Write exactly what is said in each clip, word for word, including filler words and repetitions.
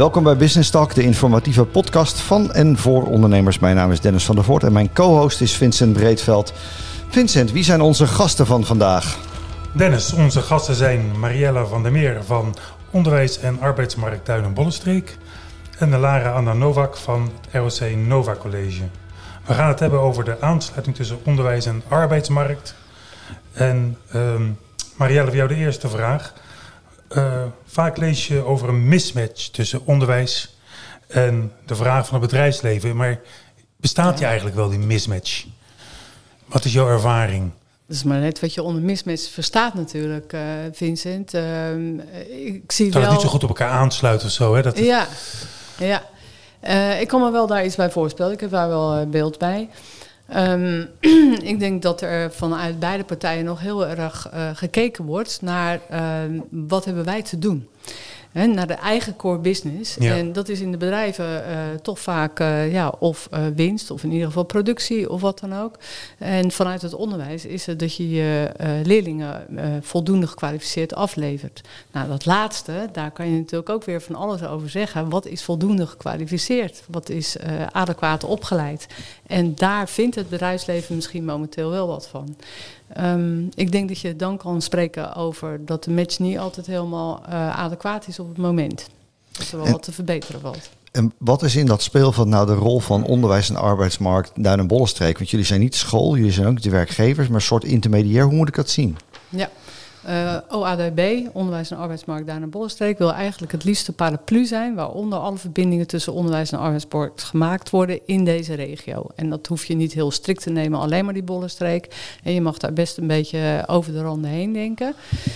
Welkom bij Business Talk, de informatieve podcast van en voor ondernemers. Mijn naam is Dennis van der Voort en mijn co-host is Vincent Breedveld. Vincent, wie zijn onze gasten van vandaag? Dennis, onze gasten zijn Marielle van der Meer van Onderwijs en Arbeidsmarkt Duin en Bollenstreek en Lara Anna Novak van het R O C Nova College. We gaan het hebben over de aansluiting tussen onderwijs en arbeidsmarkt. En um, Marielle, voor jou de eerste vraag. Uh, vaak lees je over een mismatch tussen onderwijs en de vraag van het bedrijfsleven. Maar bestaat die eigenlijk wel, die mismatch? Wat is jouw ervaring? Dat is maar net wat je onder mismatch verstaat natuurlijk, uh, Vincent. Uh, ik zie dat wel... het niet zo goed op elkaar aansluit of zo, hè? Dat het... Ja, ja. Uh, ik kan me wel daar iets bij voorstellen. Ik heb daar wel uh, beeld bij. Um, ik denk dat er vanuit beide partijen nog heel erg uh, gekeken wordt naar uh, wat hebben wij te doen. He, naar de eigen core business. Ja. En dat is in de bedrijven uh, toch vaak uh, ja, of uh, winst of in ieder geval productie of wat dan ook. En vanuit het onderwijs is het dat je je uh, leerlingen uh, voldoende gekwalificeerd aflevert. Nou, dat laatste, daar kan je natuurlijk ook weer van alles over zeggen. Wat is voldoende gekwalificeerd? Wat is uh, adequaat opgeleid? En daar vindt het bedrijfsleven misschien momenteel wel wat van. Um, ik denk dat je dan kan spreken over dat de match niet altijd helemaal uh, adequaat is op het moment. Dat er wel en, wat te verbeteren valt. En wat is in dat speelveld nou de rol van onderwijs en arbeidsmarkt Duin en Bollenstreek? Want jullie zijn niet school, jullie zijn ook de werkgevers, maar een soort intermediair. Hoe moet ik dat zien? Ja. Uh, O A D B, Onderwijs en Arbeidsmarkt Duin en Bollenstreek, wil eigenlijk het liefst een paraplu zijn, waaronder alle verbindingen tussen onderwijs en arbeidsmarkt gemaakt worden in deze regio. En dat hoef je niet heel strikt te nemen, alleen maar die Bollenstreek. En je mag daar best een beetje over de randen heen denken.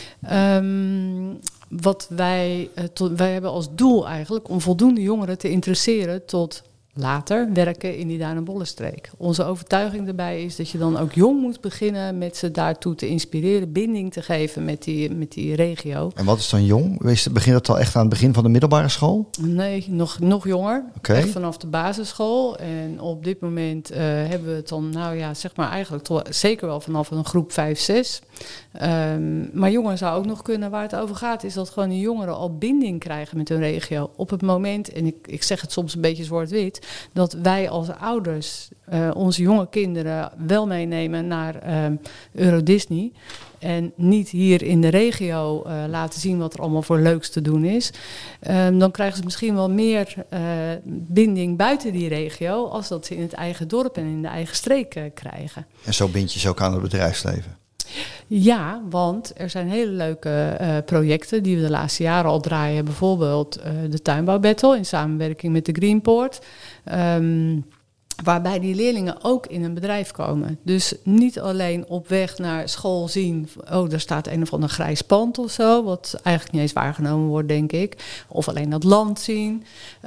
Um, wat wij, uh, tot, wij hebben als doel eigenlijk om voldoende jongeren te interesseren tot later werken in die Duin en Bollenstreek. Onze overtuiging daarbij is dat je dan ook jong moet beginnen met ze daartoe te inspireren, binding te geven met die, met die regio. En wat is dan jong? Begint dat al echt aan het begin van de middelbare school? Nee, nog, nog jonger. Okay. Echt vanaf de basisschool. En op dit moment uh, hebben we het dan, nou ja, zeg maar eigenlijk toch, zeker wel vanaf een groep vijf, zes. Um, maar jongeren zou ook nog kunnen. Waar het over gaat is dat gewoon die jongeren al binding krijgen met hun regio. Op het moment, en ik, ik zeg het soms een beetje zwart-wit, dat wij als ouders uh, onze jonge kinderen wel meenemen naar uh, Euro Disney. En niet hier in de regio uh, laten zien wat er allemaal voor leuks te doen is. Um, dan krijgen ze misschien wel meer uh, binding buiten die regio als dat ze in het eigen dorp en in de eigen streek uh, krijgen. En zo bind je ze ook aan het bedrijfsleven? Ja, want er zijn hele leuke uh, projecten die we de laatste jaren al draaien. Bijvoorbeeld uh, de tuinbouwbattle in samenwerking met de Greenpoort. Um, waarbij die leerlingen ook in een bedrijf komen. Dus niet alleen op weg naar school zien, oh, daar staat een of ander grijs pand of zo, wat eigenlijk niet eens waargenomen wordt, denk ik. Of alleen dat land zien.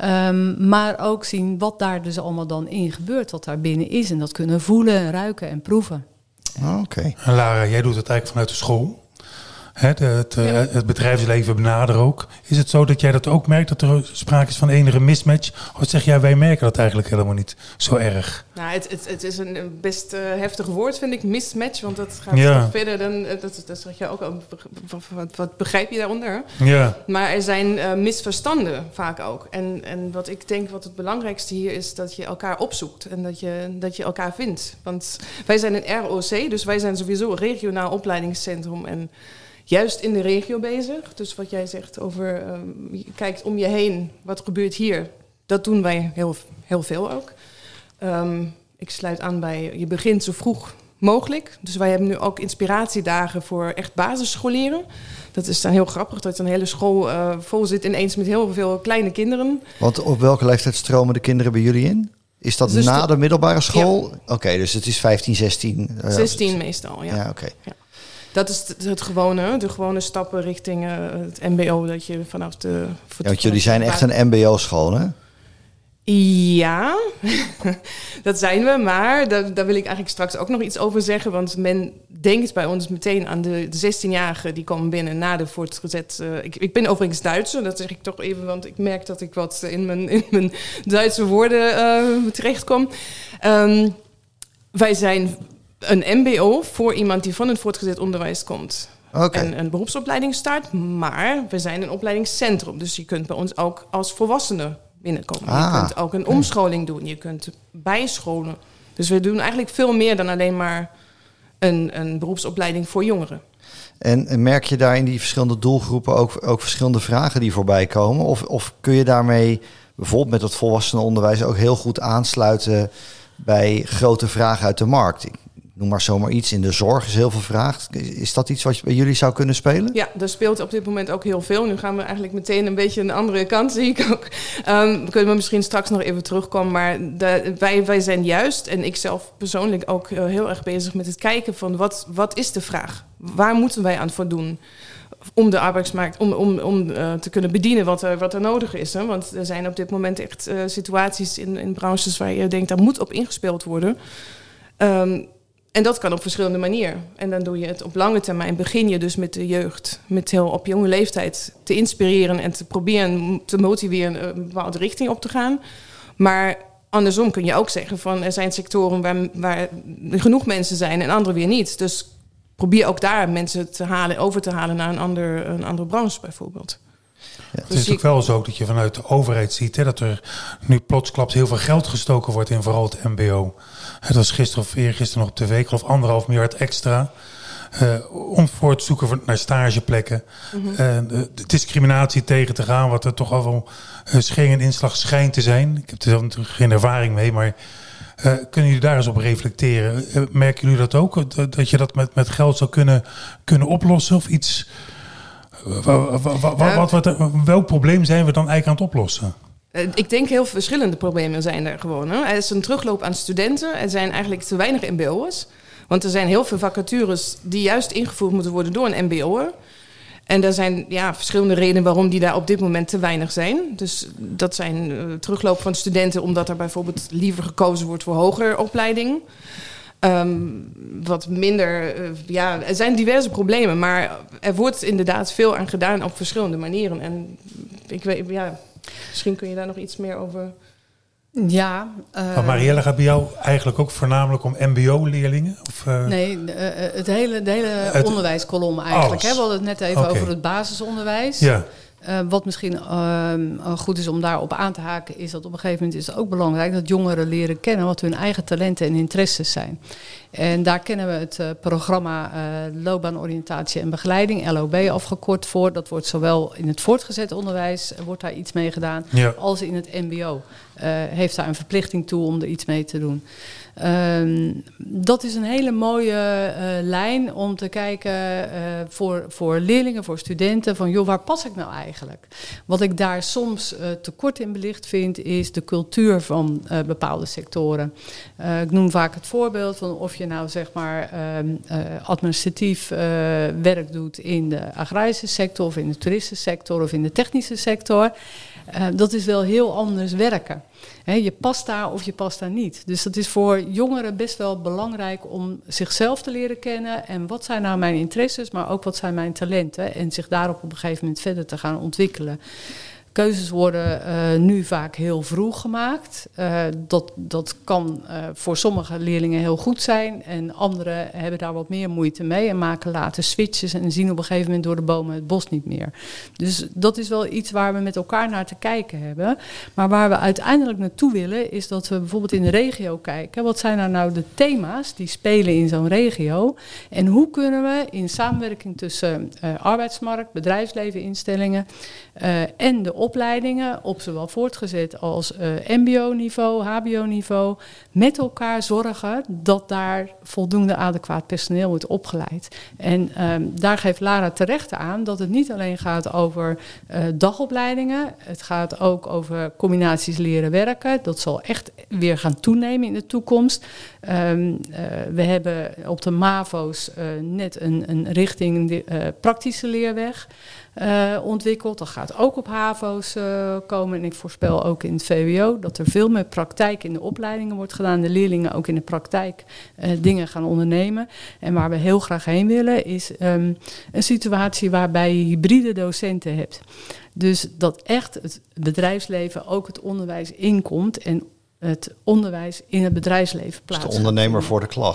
Um, maar ook zien wat daar dus allemaal dan in gebeurt, wat daar binnen is. En dat kunnen voelen, ruiken en proeven. Oh, Oké. Okay. En Lara, jij doet het eigenlijk vanuit de school. He, de, het, ja. het bedrijfsleven benaderen ook. Is het zo dat jij dat ook merkt, dat er sprake is van enige mismatch? Of zeg jij, wij merken dat eigenlijk helemaal niet zo erg? Nou, het, het, het is een best uh, heftig woord, vind ik, mismatch. Want dat gaat ja. nog verder dan, dat, dat zeg je ook al, wat, wat begrijp je daaronder? Ja. Maar er zijn uh, misverstanden vaak ook. En, en wat ik denk wat het belangrijkste hier is, dat je elkaar opzoekt. En dat je, dat je elkaar vindt. Want wij zijn een R O C, dus wij zijn sowieso een regionaal opleidingscentrum. En juist in de regio bezig. Dus wat jij zegt over, um, je kijkt om je heen, wat gebeurt hier? Dat doen wij heel, heel veel ook. Um, ik sluit aan bij, je begint zo vroeg mogelijk. Dus wij hebben nu ook inspiratiedagen voor echt basisscholieren. Dat is dan heel grappig, dat een hele school uh, vol zit ineens met heel veel kleine kinderen. Want op welke leeftijd stromen de kinderen bij jullie in? Is dat dus na de middelbare school? Ja. Oké, okay, dus het is vijftien, zestien. Uh, zestien meestal, ja. Ja, oké. Okay. Ja. Dat is het, het gewone, de gewone stappen richting uh, het M B O dat je vanaf de... Ja, want jullie zijn echt een M B O-school, hè? Ja, dat zijn we, maar daar, daar wil ik eigenlijk straks ook nog iets over zeggen. Want men denkt bij ons meteen aan de, de zestienjarigen die komen binnen na de voortgezet... Uh, ik, ik ben overigens Duitser, dat zeg ik toch even, want ik merk dat ik wat in mijn, in mijn Duitse woorden uh, terechtkom. Um, wij zijn een M B O voor iemand die van het voortgezet onderwijs komt. Okay. en een beroepsopleiding start. Maar we zijn een opleidingscentrum. Dus je kunt bij ons ook als volwassene binnenkomen. Ah, je kunt ook een omscholing doen. Je kunt bijscholen. Dus we doen eigenlijk veel meer dan alleen maar een, een beroepsopleiding voor jongeren. En, en merk je daar in die verschillende doelgroepen ook, ook verschillende vragen die voorbij komen? Of, of kun je daarmee bijvoorbeeld met het volwassenenonderwijs ook heel goed aansluiten bij grote vragen uit de markt? Ik noem maar zomaar iets. In de zorg is heel veel vraag. Is dat iets wat bij jullie zou kunnen spelen? Ja, er speelt op dit moment ook heel veel. Nu gaan we eigenlijk meteen een beetje aan de andere kant, zie ik ook. Um, we kunnen we misschien straks nog even terugkomen. Maar de, wij, wij zijn juist, en ik zelf persoonlijk ook uh, heel erg bezig met het kijken van wat, wat is de vraag? Waar moeten wij aan voldoen? Om de arbeidsmarkt, om, om, om uh, te kunnen bedienen wat er, wat er nodig is. Hè? Want er zijn op dit moment echt uh, situaties in, in branches waar je denkt, daar moet op ingespeeld worden. Um, En dat kan op verschillende manieren. En dan doe je het op lange termijn. Begin je dus met de jeugd, met heel op jonge leeftijd te inspireren en te proberen te motiveren een bepaalde richting op te gaan. Maar andersom kun je ook zeggen van er zijn sectoren waar, waar genoeg mensen zijn en andere weer niet. Dus probeer ook daar mensen te halen, over te halen naar een, ander, een andere branche bijvoorbeeld. Ja, het is ook wel zo dat je vanuit de overheid ziet hè, dat er nu plotsklaps heel veel geld gestoken wordt in vooral het M B O. Het was gisteren of eergisteren nog op tv, ik geloof anderhalf miljard extra. Uh, om voor het zoeken naar stageplekken. Mm-hmm. Uh, de, de discriminatie tegen te gaan, wat er toch al wel uh, schering en inslag schijnt te zijn. Ik heb er zelf natuurlijk geen ervaring mee, maar uh, kunnen jullie daar eens op reflecteren? Uh, merken jullie dat ook? Dat, dat je dat met, met geld zou kunnen, kunnen oplossen of iets? Wat, wat, wat, wat, welk probleem zijn we dan eigenlijk aan het oplossen? Ik denk heel verschillende problemen zijn er gewoon. Hè. Er is een terugloop aan studenten. Er zijn eigenlijk te weinig M B O'ers. Want er zijn heel veel vacatures die juist ingevoerd moeten worden door een M B O'er. En er zijn ja, verschillende redenen waarom die daar op dit moment te weinig zijn. Dus dat zijn uh, terugloop van studenten omdat er bijvoorbeeld liever gekozen wordt voor hogere opleiding. Um, wat minder, uh, ja, er zijn diverse problemen, maar er wordt inderdaad veel aan gedaan op verschillende manieren. En ik weet, ja, misschien kun je daar nog iets meer over. Ja. Uh, maar Marielle, gaat bij jou eigenlijk ook voornamelijk om M B O-leerlingen? Of, uh, nee, uh, het hele, de hele het, onderwijskolom eigenlijk. Hè? We hadden het net even okay. over het basisonderwijs. Ja. Uh, wat misschien uh, goed is om daarop aan te haken, is dat op een gegeven moment is het ook belangrijk dat jongeren leren kennen wat hun eigen talenten en interesses zijn. En daar kennen we het uh, programma uh, loopbaanoriëntatie en begeleiding, L O B afgekort voor. Dat wordt zowel in het voortgezet onderwijs, uh, wordt daar iets mee gedaan, ja. als in het M B O. Uh, heeft daar een verplichting toe om er iets mee te doen. Um, dat is een hele mooie uh, lijn om te kijken uh, voor, voor leerlingen, voor studenten, van joh, waar pas ik nou eigenlijk? Wat ik daar soms uh, tekort in belicht vind, is de cultuur van uh, bepaalde sectoren. Uh, ik noem vaak het voorbeeld van of je nou zeg maar um, uh, administratief uh, werk doet in de agrarische sector of in de toeristensector of in de technische sector. Uh, dat is wel heel anders werken. He, je past daar of je past daar niet. Dus dat is voor jongeren best wel belangrijk om zichzelf te leren kennen. En wat zijn nou mijn interesses, maar ook wat zijn mijn talenten. En zich daarop op een gegeven moment verder te gaan ontwikkelen. Keuzes worden uh, nu vaak heel vroeg gemaakt. Uh, dat, dat kan uh, voor sommige leerlingen heel goed zijn. En anderen hebben daar wat meer moeite mee. En maken later switches en zien op een gegeven moment door de bomen het bos niet meer. Dus dat is wel iets waar we met elkaar naar te kijken hebben. Maar waar we uiteindelijk naartoe willen, is dat we bijvoorbeeld in de regio kijken. Wat zijn nou, nou de thema's die spelen in zo'n regio? En hoe kunnen we in samenwerking tussen uh, arbeidsmarkt, bedrijfsleven, instellingen uh, en de opleidingen op zowel voortgezet als uh, M B O-niveau, H B O-niveau, met elkaar zorgen dat daar voldoende adequaat personeel wordt opgeleid. En um, daar geeft Lara terecht aan dat het niet alleen gaat over uh, dagopleidingen, het gaat ook over combinaties leren werken. Dat zal echt weer gaan toenemen in de toekomst. Um, uh, we hebben op de MAVO's uh, net een, een richting uh, praktische leerweg Uh, ontwikkeld. Dat gaat ook op HAVO's uh, komen. En ik voorspel ook in het V W O dat er veel meer praktijk in de opleidingen wordt gedaan. De leerlingen ook in de praktijk uh, dingen gaan ondernemen. En waar we heel graag heen willen is um, een situatie waarbij je hybride docenten hebt. Dus dat echt het bedrijfsleven ook het onderwijs inkomt en het onderwijs in het bedrijfsleven plaatst. Dus de ondernemer voor de klas.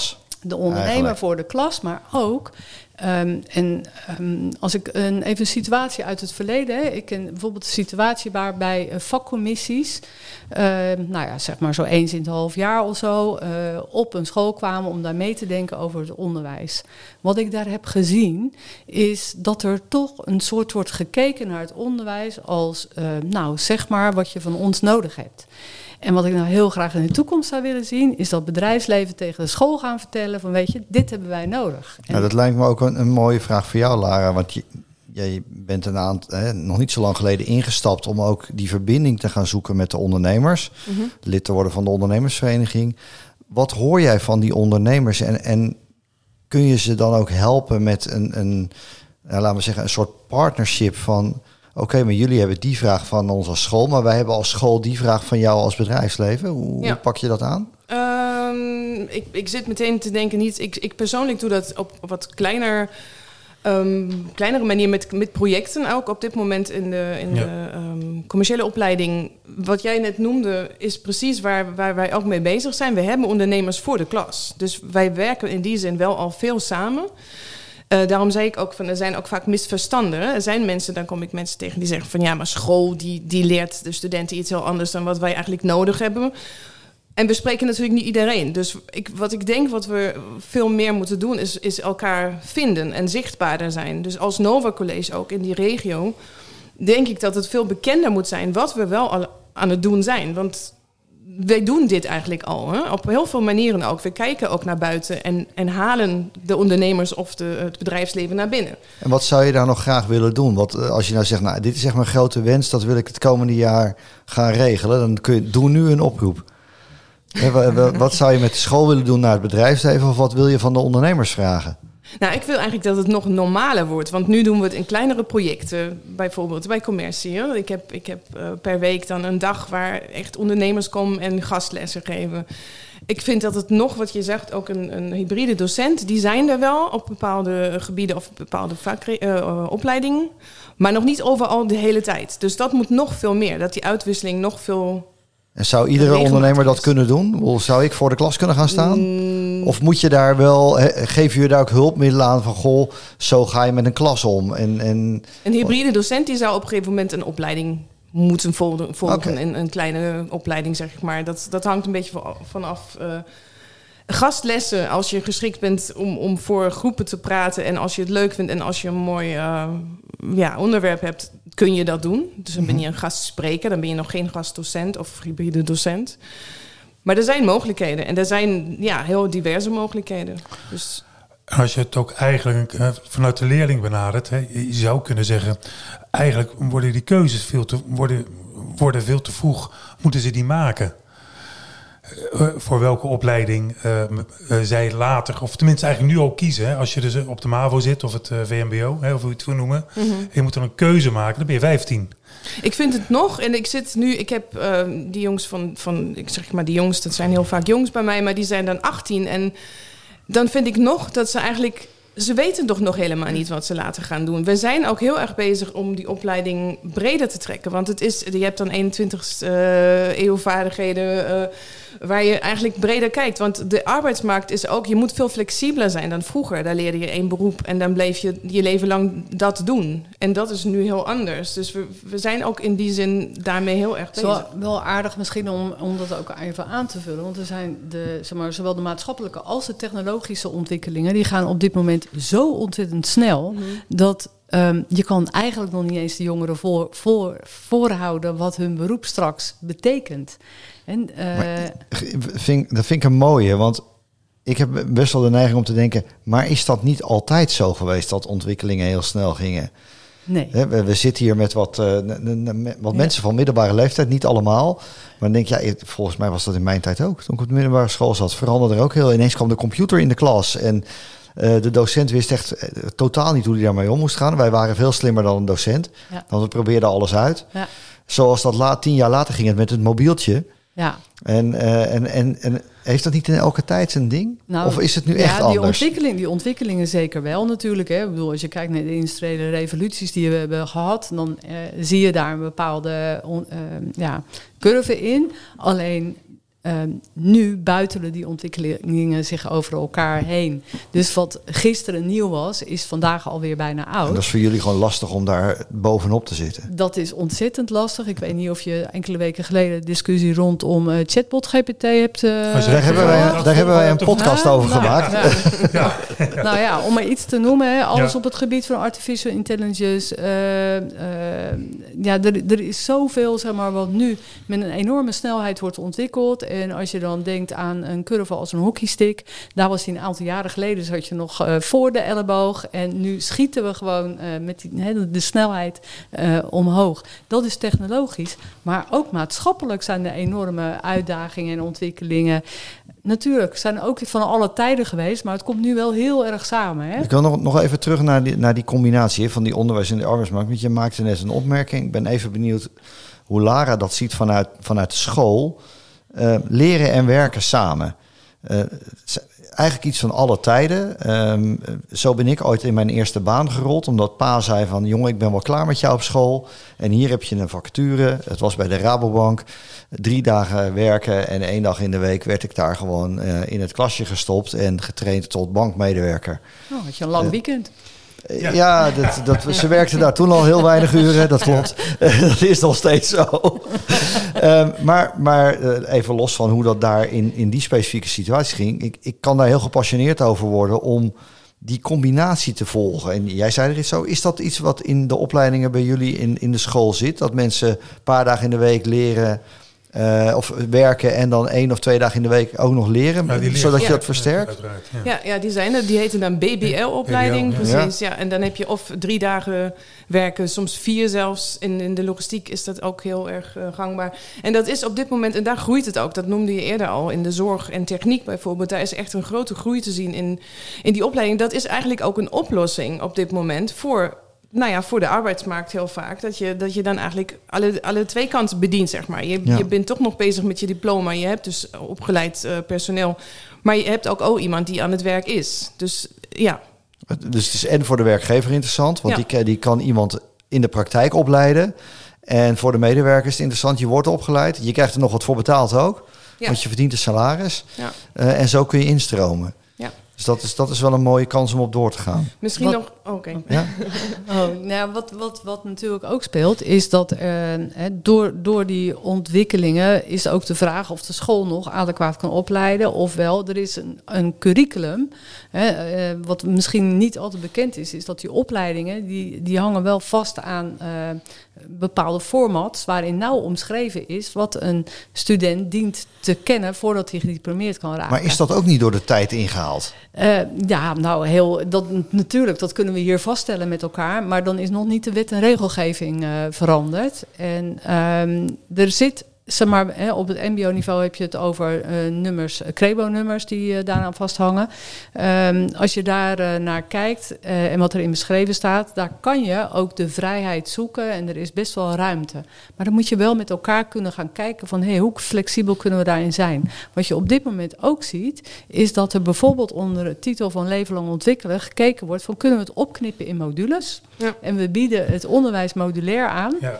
de ondernemer Eigenlijk. voor de klas, maar ook... Um, en um, als ik een, even een situatie uit het verleden... Hè, ik ken bijvoorbeeld een situatie waarbij uh, vakcommissies... Uh, nou ja, zeg maar zo eens in het half jaar of zo... Uh, op een school kwamen om daar mee te denken over het onderwijs. Wat ik daar heb gezien is dat er toch een soort wordt gekeken naar het onderwijs... als, uh, nou zeg maar, wat je van ons nodig hebt. En wat ik nou heel graag in de toekomst zou willen zien... is dat bedrijfsleven tegen de school gaan vertellen... van weet je, dit hebben wij nodig. En Nou, dat lijkt me ook een, een mooie vraag voor jou, Lara. Want je, jij bent een aantal, hè, nog niet zo lang geleden ingestapt... om ook die verbinding te gaan zoeken met de ondernemers. Mm-hmm. Lid te worden van de ondernemersvereniging. Wat hoor jij van die ondernemers? En, en kun je ze dan ook helpen met een, een nou, laten we zeggen, een soort partnership van... Oké, okay, maar jullie hebben die vraag van ons als school... maar wij hebben als school die vraag van jou als bedrijfsleven. Hoe, Ja. hoe pak je dat aan? Um, ik, ik zit meteen te denken niet... Ik, ik persoonlijk doe dat op wat kleiner, um, kleinere manier met, met projecten. Ook op dit moment in de, in Ja. de um, commerciële opleiding. Wat jij net noemde is precies waar, waar wij ook mee bezig zijn. We hebben ondernemers voor de klas. Dus wij werken in die zin wel al veel samen... Uh, daarom zei ik ook, van, er zijn ook vaak misverstanden. Er zijn mensen, dan kom ik mensen tegen die zeggen van... ja, maar school die, die leert de studenten iets heel anders... dan wat wij eigenlijk nodig hebben. En we spreken natuurlijk niet iedereen. Dus ik, wat ik denk wat we veel meer moeten doen... is, is elkaar vinden en zichtbaarder zijn. Dus als Nova College ook in die regio... denk ik dat het veel bekender moet zijn... wat we wel al aan het doen zijn. Want... wij doen dit eigenlijk al, hè? Op heel veel manieren ook. We kijken ook naar buiten en, en halen de ondernemers of de, het bedrijfsleven naar binnen. En wat zou je daar nog graag willen doen? Want uh, als je nou zegt, nou, dit is echt mijn grote wens... dat wil ik het komende jaar gaan regelen... dan kun je, doe nu een oproep. He, wat zou je met de school willen doen naar het bedrijfsleven... of wat wil je van de ondernemers vragen? Nou, ik wil eigenlijk dat het nog normaler wordt. Want nu doen we het in kleinere projecten. Bijvoorbeeld bij commercie. Hè? Ik heb, ik heb uh, per week dan een dag waar echt ondernemers komen en gastlessen geven. Ik vind dat het nog, wat je zegt, ook een, een hybride docent... die zijn er wel op bepaalde gebieden of bepaalde vakre- uh, opleidingen. Maar nog niet overal de hele tijd. Dus dat moet nog veel meer. Dat die uitwisseling nog veel... En zou iedere ondernemer dat kunnen doen? Of zou ik voor de klas kunnen gaan staan? Mm. Of moet je daar wel, he, geef je daar ook hulpmiddelen aan van... goh, zo ga je met een klas om? En, en... Een hybride docent die zou op een gegeven moment een opleiding moeten volgen. volgen Okay. een, een kleine opleiding, zeg ik maar. Dat, dat hangt een beetje vanaf... Uh, gastlessen, als je geschikt bent om, om voor groepen te praten... en als je het leuk vindt en als je een mooi uh, ja, onderwerp hebt... kun je dat doen. Dus dan ben je een gastspreker, dan ben je nog geen gastdocent of hybride docent. Maar er zijn mogelijkheden en er zijn ja, heel diverse mogelijkheden. Dus... Als je het ook eigenlijk uh, vanuit de leerling benadert, hè, je zou kunnen zeggen... eigenlijk worden die keuzes veel te, worden, worden veel te vroeg, moeten ze die maken... Uh, voor welke opleiding uh, uh, zij later, of tenminste eigenlijk nu al kiezen. Hè, als je dus op de MAVO zit of het uh, V M B O, hè, of hoe je het wil noemen. Mm-hmm. En je moet dan een keuze maken, dan ben je vijftien. Ik vind het nog, en ik zit nu, ik heb uh, die jongens van, van, ik zeg maar die jongens, dat zijn heel vaak jongens bij mij, maar die zijn dan achttien. En dan vind ik nog dat ze eigenlijk... Ze weten toch nog helemaal niet wat ze later gaan doen. We zijn ook heel erg bezig om die opleiding breder te trekken. Want het is, je hebt dan eenentwintigste uh, eeuw vaardigheden... Uh, waar je eigenlijk breder kijkt. Want de arbeidsmarkt is ook... Je moet veel flexibeler zijn dan vroeger. Daar leerde je één beroep en dan bleef je je leven lang dat doen. En dat is nu heel anders. Dus we, we zijn ook in die zin daarmee heel erg bezig. Wel, wel aardig misschien om, om dat ook even aan te vullen. Want er zijn de, zeg maar, zowel de maatschappelijke als de technologische ontwikkelingen... die gaan op dit moment zo ontzettend snel... Mm-hmm. dat... Um, je kan eigenlijk nog niet eens de jongeren voor, voor, voorhouden wat hun beroep straks betekent. En, uh, maar, vind, dat vind ik een mooie, want ik heb best wel de neiging om te denken... maar is dat niet altijd zo geweest dat ontwikkelingen heel snel gingen? Nee. He, we, we zitten hier met wat, uh, n- n- wat ja. mensen van middelbare leeftijd, niet allemaal. Maar dan denk je, ja, volgens mij was dat in mijn tijd ook. Toen ik op de middelbare school zat, veranderde er ook heel... Ineens kwam de computer in de klas en... Uh, de docent wist echt uh, totaal niet hoe hij daarmee om moest gaan. Wij waren veel slimmer dan een docent. Ja. Want we probeerden alles uit. Ja. Zoals dat la- tien jaar later ging het met het mobieltje. Ja. En, uh, en, en, en heeft dat niet in elke tijd zijn ding? Nou, of is het nu ja, echt die anders? Ontwikkeling, die ontwikkelingen zeker wel natuurlijk. Hè. Ik bedoel, als je kijkt naar de industriële revoluties die we hebben gehad... dan uh, zie je daar een bepaalde on, uh, ja, curve in. Alleen... Um, nu buitelen die ontwikkelingen zich over elkaar heen. Dus wat gisteren nieuw was, is vandaag alweer bijna oud. En dat is voor jullie gewoon lastig om daar bovenop te zitten? Dat is ontzettend lastig. Ik weet niet of je enkele weken geleden discussie rondom uh, chatbot G P T hebt... Uh, daar hebben wij, daar hebben wij een podcast over nou, gemaakt. Ja. Ja. Ja. Nou ja, om maar iets te noemen. Hè, alles ja. op het gebied van artificial intelligence. Uh, uh, ja, er, er is zoveel, zeg maar, wat nu met een enorme snelheid wordt ontwikkeld. En als je dan denkt aan een curve als een hockeystick, daar was die een aantal jaren geleden, zat je nog uh, voor de elleboog. En nu schieten we gewoon uh, met die, he, de snelheid uh, omhoog. Dat is technologisch. Maar ook maatschappelijk zijn er enorme uitdagingen en ontwikkelingen. Natuurlijk, zijn ook van alle tijden geweest, maar het komt nu wel heel erg samen. Hè? Ik wil nog, nog even terug naar die, naar die combinatie van die onderwijs en de arbeidsmarkt. Want je maakte net een opmerking. Ik ben even benieuwd hoe Lara dat ziet vanuit, vanuit de school. Uh, leren en werken samen. Uh, eigenlijk iets van alle tijden. Um, zo ben ik ooit in mijn eerste baan gerold. Omdat pa zei van, jongen, ik ben wel klaar met jou op school. En hier heb je een vacature. Het was bij de Rabobank. Drie dagen werken en één dag in de week werd ik daar gewoon uh, in het klasje gestopt. En getraind tot bankmedewerker. Oh, had je een lang uh, weekend. Ja, ja dat, dat, ze werkte daar toen al heel weinig uren, dat klopt. Dat is nog steeds zo. um, maar maar uh, even los van hoe dat daar in, in die specifieke situatie ging. Ik, ik kan daar heel gepassioneerd over worden om die combinatie te volgen. En jij zei er iets zo. Is dat iets wat in de opleidingen bij jullie in, in de school zit? Dat mensen een paar dagen in de week leren... Uh, of werken en dan één of twee dagen in de week ook nog leren, ja, leren zodat ja. je dat versterkt? Ja, ja. ja, die zijn er. Die heten dan B B L-opleiding. Ja. Precies, ja. ja. En dan heb je of drie dagen werken, soms vier zelfs. In, in de logistiek is dat ook heel erg uh, gangbaar. En dat is op dit moment, en daar groeit het ook. Dat noemde je eerder al, in de zorg en techniek bijvoorbeeld. Daar is echt een grote groei te zien in, in die opleiding. Dat is eigenlijk ook een oplossing op dit moment voor... Nou ja, voor de arbeidsmarkt heel vaak. Dat je, dat je dan eigenlijk alle, alle twee kanten bedient, zeg maar. Je, ja. je bent toch nog bezig met je diploma. Je hebt dus opgeleid uh, personeel. Maar je hebt ook oh, iemand die aan het werk is. Dus ja. Dus het is en voor de werkgever interessant. Want ja. die, die kan iemand in de praktijk opleiden. En voor de medewerkers is het interessant. Je wordt opgeleid. Je krijgt er nog wat voor betaald ook. Ja. Want je verdient een salaris. Ja. Uh, en zo kun je instromen. Ja. Dus dat is, dat is wel een mooie kans om op door te gaan. Misschien wat, nog... Oh, Oké. Okay. Ja? Oh, nou, wat, wat, wat natuurlijk ook speelt, is dat uh, he, door, door die ontwikkelingen is ook de vraag of de school nog adequaat kan opleiden. Ofwel, er is een, een curriculum. Hè, uh, wat misschien niet altijd bekend is, is dat die opleidingen, die, die hangen wel vast aan uh, bepaalde formats waarin nauw omschreven is wat een student dient te kennen voordat hij gediplomeerd kan raken. Maar is dat ook niet door de tijd ingehaald? Uh, ja, nou, heel, dat, natuurlijk, dat kunnen we hier vaststellen met elkaar. Maar dan is nog niet de wet en regelgeving uh, veranderd. En um, er zit, zeg maar, hè, op het M B O-niveau heb je het over uh, nummers, uh, Crebo-nummers die uh, daaraan vasthangen. Um, als je daar uh, naar kijkt uh, en wat erin beschreven staat, daar kan je ook de vrijheid zoeken en er is best wel ruimte. Maar dan moet je wel met elkaar kunnen gaan kijken van, hey, hoe flexibel kunnen we daarin zijn? Wat je op dit moment ook ziet, is dat er bijvoorbeeld onder het titel van leven lang ontwikkelen gekeken wordt van, kunnen we het opknippen in modules? Ja. En we bieden het onderwijs modulair aan. Ja.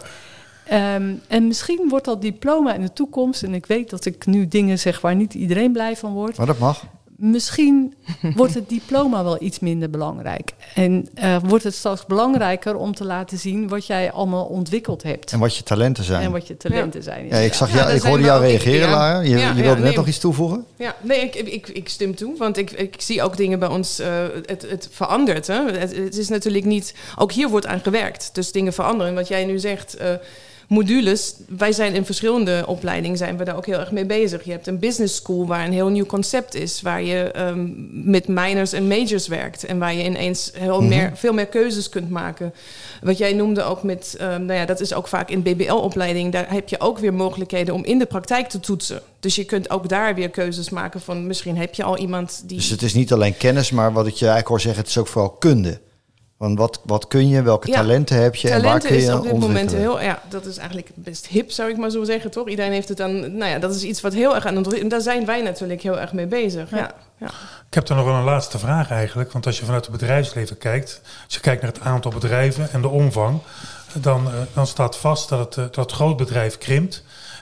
Um, en misschien wordt dat diploma in de toekomst, en ik weet dat ik nu dingen zeg waar niet iedereen blij van wordt. Maar dat mag. Misschien wordt het diploma wel iets minder belangrijk. En uh, wordt het straks belangrijker om te laten zien wat jij allemaal ontwikkeld hebt. En wat je talenten zijn. En wat je talenten ja. zijn. Ja, ik zag jou, ja, ik hoorde jou reageren, ja. Lara. Je, ja, je wilde ja, net nee, nog iets toevoegen? Ja, nee, ik, ik, ik stem toe. Want ik, ik zie ook dingen bij ons, uh, het, het verandert. Hè? Het, het is natuurlijk niet, ook hier wordt aan gewerkt. Dus dingen veranderen. Wat jij nu zegt... Uh, modules, wij zijn in verschillende opleidingen zijn we daar ook heel erg mee bezig. Je hebt een business school waar een heel nieuw concept is, waar je um, met minors en majors werkt en waar je ineens heel mm-hmm. meer, veel meer keuzes kunt maken. Wat jij noemde ook met, um, nou ja, dat is ook vaak in B B L-opleiding, daar heb je ook weer mogelijkheden om in de praktijk te toetsen. Dus je kunt ook daar weer keuzes maken van, misschien heb je al iemand die... Dus het is niet alleen kennis, maar wat ik je eigenlijk hoor zeggen, het is ook vooral kunde. Want wat, wat kun je, welke ja, talenten heb je en waar kun je is op dit moment heel, ja, dat is eigenlijk best hip, zou ik maar zo zeggen, toch? Iedereen heeft het dan, nou ja, dat is iets wat heel erg aan ontwikkelen. En daar zijn wij natuurlijk heel erg mee bezig. Ja. Ja, ja. Ik heb er nog wel een laatste vraag eigenlijk, want als je vanuit het bedrijfsleven kijkt, als je kijkt naar het aantal bedrijven en de omvang, dan, uh, dan staat vast dat het, uh, dat het grootbedrijf krimpt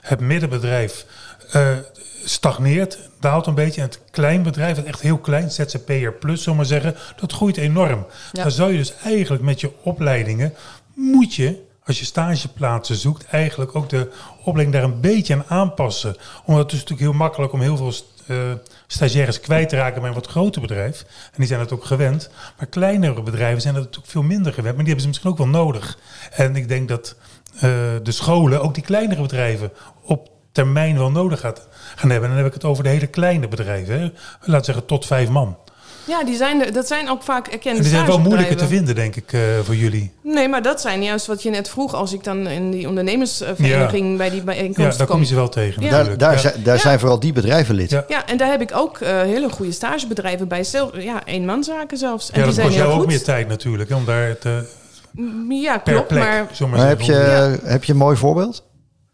Het middenbedrijf uh, stagneert, daalt een beetje. En het kleinbedrijf, het echt heel klein, Z Z P'er plus, zullen we maar zeggen, dat groeit enorm. Ja. Dan zou je dus eigenlijk met je opleidingen, moet je, als je stageplaatsen zoekt, eigenlijk ook de opleiding daar een beetje aan aanpassen. Omdat het is natuurlijk heel makkelijk om heel veel uh, stagiaires kwijt te raken bij een wat groter bedrijf. En die zijn het ook gewend. Maar kleinere bedrijven zijn dat natuurlijk veel minder gewend. Maar die hebben ze misschien ook wel nodig. En ik denk dat uh, de scholen ook die kleinere bedrijven op termijn wel nodig gaat, gaan hebben. En dan heb ik het over de hele kleine bedrijven. Hè. Laten zeggen tot vijf man. Ja, die zijn er, dat zijn ook vaak erkende en die zijn wel moeilijker te vinden, denk ik, uh, voor jullie. Nee, maar dat zijn juist wat je net vroeg. Als ik dan in die ondernemersvereniging ja. bij die bijeenkomst Ja, daar kom je ze wel tegen. Ja. Daar, daar, ja. zijn, daar ja. zijn vooral die bedrijven lid. Ja, ja en daar heb ik ook uh, hele goede stagebedrijven bij. Stel, ja, eenmanszaken zelfs. En ja, die dat zijn kost jou heel ook goed. meer tijd natuurlijk, hè, om daar te... Ja, klopt. Plek, maar maar, maar heb, je, ja. heb je een mooi voorbeeld?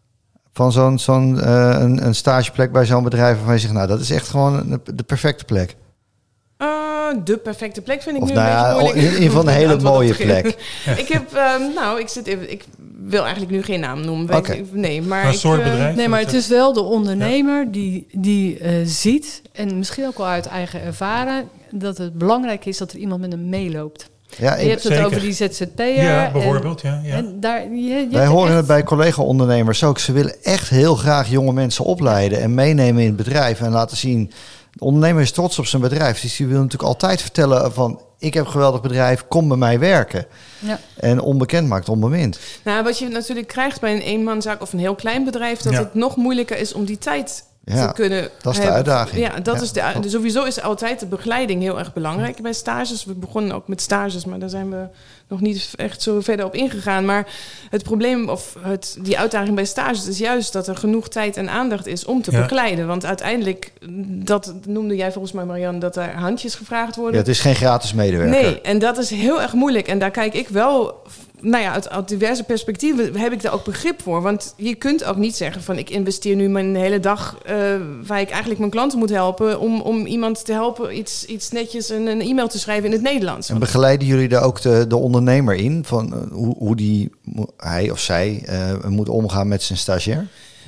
Van zo'n, zo'n uh, een, een stageplek bij zo'n bedrijf waarvan je zegt, nou, dat is echt gewoon de perfecte plek. Uh, de perfecte plek vind ik of nu nou een ja, beetje moeilijk. in ieder geval een hele mooie plek. ik heb, uh, nou, ik zit even, ik wil eigenlijk nu geen naam noemen. Okay. Ik, nee, maar een ik, soort uh, bedrijf. Nee, maar het is wel de ondernemer ja. die, die uh, ziet, en misschien ook al uit eigen ervaren, dat het belangrijk is dat er iemand met hem meeloopt. Ja, je hebt zeker. het over die Z Z P'er. Ja, bijvoorbeeld. En, ja, ja. En daar, je, je Wij horen echt... het bij collega-ondernemers ook. Ze willen echt heel graag jonge mensen opleiden en meenemen in het bedrijf en laten zien. De ondernemer is trots op zijn bedrijf. Dus die wil natuurlijk altijd vertellen van, ik heb een geweldig bedrijf, kom bij mij werken. Ja. En onbekend maakt onbemind. Nou, wat je natuurlijk krijgt bij een eenmanszaak of een heel klein bedrijf, dat ja. het nog moeilijker is om die tijd ja, te kunnen dat is de hebben. uitdaging. Ja, dat ja. is de, de, sowieso is altijd de begeleiding heel erg belangrijk bij stages. We begonnen ook met stages, maar daar zijn we nog niet echt zo verder op ingegaan. Maar het probleem of het, die uitdaging bij stages is juist dat er genoeg tijd en aandacht is om te ja. begeleiden. Want uiteindelijk, dat noemde jij volgens mij, Marianne, dat er handjes gevraagd worden. Ja, het is geen gratis medewerker. Nee, en dat is heel erg moeilijk. En daar kijk ik wel, nou ja, uit, uit diverse perspectieven heb ik daar ook begrip voor. Want je kunt ook niet zeggen van, ik investeer nu mijn hele dag uh, waar ik eigenlijk mijn klanten moet helpen om, om iemand te helpen iets, iets netjes een, een e-mail te schrijven in het Nederlands. En begeleiden jullie daar ook de, de ondernemer in? Van uh, hoe, hoe die, hij of zij uh, moet omgaan met zijn stagiair?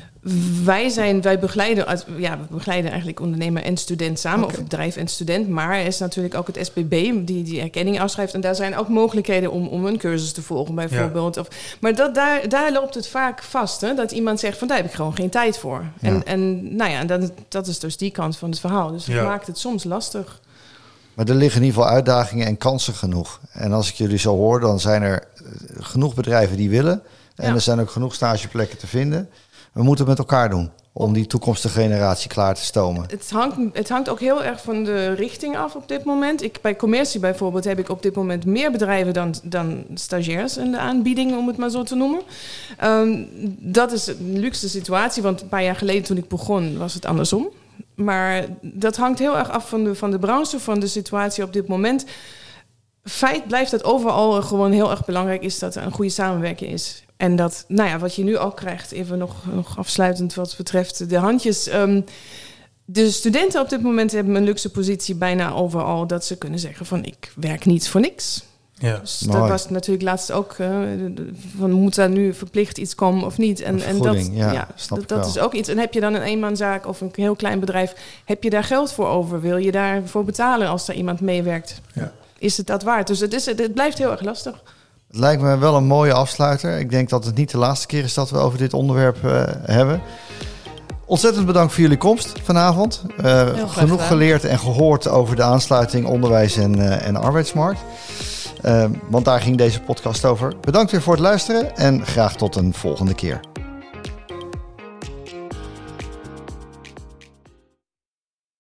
Wij zijn, wij begeleiden, ja, we begeleiden eigenlijk ondernemer en student samen, okay. of bedrijf en student. Maar er is natuurlijk ook het S P B die die erkenning afschrijft. En daar zijn ook mogelijkheden om, om een cursus te volgen, bijvoorbeeld. Ja. Of, maar dat, daar, daar loopt het vaak vast, hè, dat iemand zegt van, daar heb ik gewoon geen tijd voor. Ja. En, en nou ja, dat, dat is dus die kant van het verhaal. Dus dat ja. maakt het soms lastig. Maar er liggen in ieder geval uitdagingen en kansen genoeg. En als ik jullie zo hoor, dan zijn er genoeg bedrijven die willen. En ja. er zijn ook genoeg stageplekken te vinden. We moeten het met elkaar doen om die toekomstige generatie klaar te stomen. Het hangt, het hangt ook heel erg van de richting af op dit moment. Ik, bij commercie bijvoorbeeld heb ik op dit moment meer bedrijven dan, dan stagiairs in de aanbieding, om het maar zo te noemen. Um, dat is een luxe situatie, want een paar jaar geleden toen ik begon was het andersom. Maar dat hangt heel erg af van de, van de branche, van de situatie op dit moment. Feit blijft dat overal gewoon heel erg belangrijk is dat er een goede samenwerking is. En dat, nou ja, wat je nu ook krijgt, even nog, nog afsluitend wat betreft de handjes. Um, de studenten op dit moment hebben een luxe positie bijna overal, dat ze kunnen zeggen van, ik werk niet voor niks. Ja, dus dat was natuurlijk laatst ook, uh, van moet daar nu verplicht iets komen of niet? En, en dat, ja, ja, dat, dat is ook iets. En heb je dan een eenmanszaak of een heel klein bedrijf, heb je daar geld voor over? Wil je daarvoor betalen als er iemand meewerkt? Ja. Is het dat waard? Dus het, is, het blijft heel erg lastig. Het lijkt me wel een mooie afsluiter. Ik denk dat het niet de laatste keer is dat we over dit onderwerp uh, hebben. Ontzettend bedankt voor jullie komst vanavond. Uh, genoeg geleerd en gehoord over de aansluiting onderwijs en, uh, en arbeidsmarkt. Uh, want daar ging deze podcast over. Bedankt weer voor het luisteren en graag tot een volgende keer.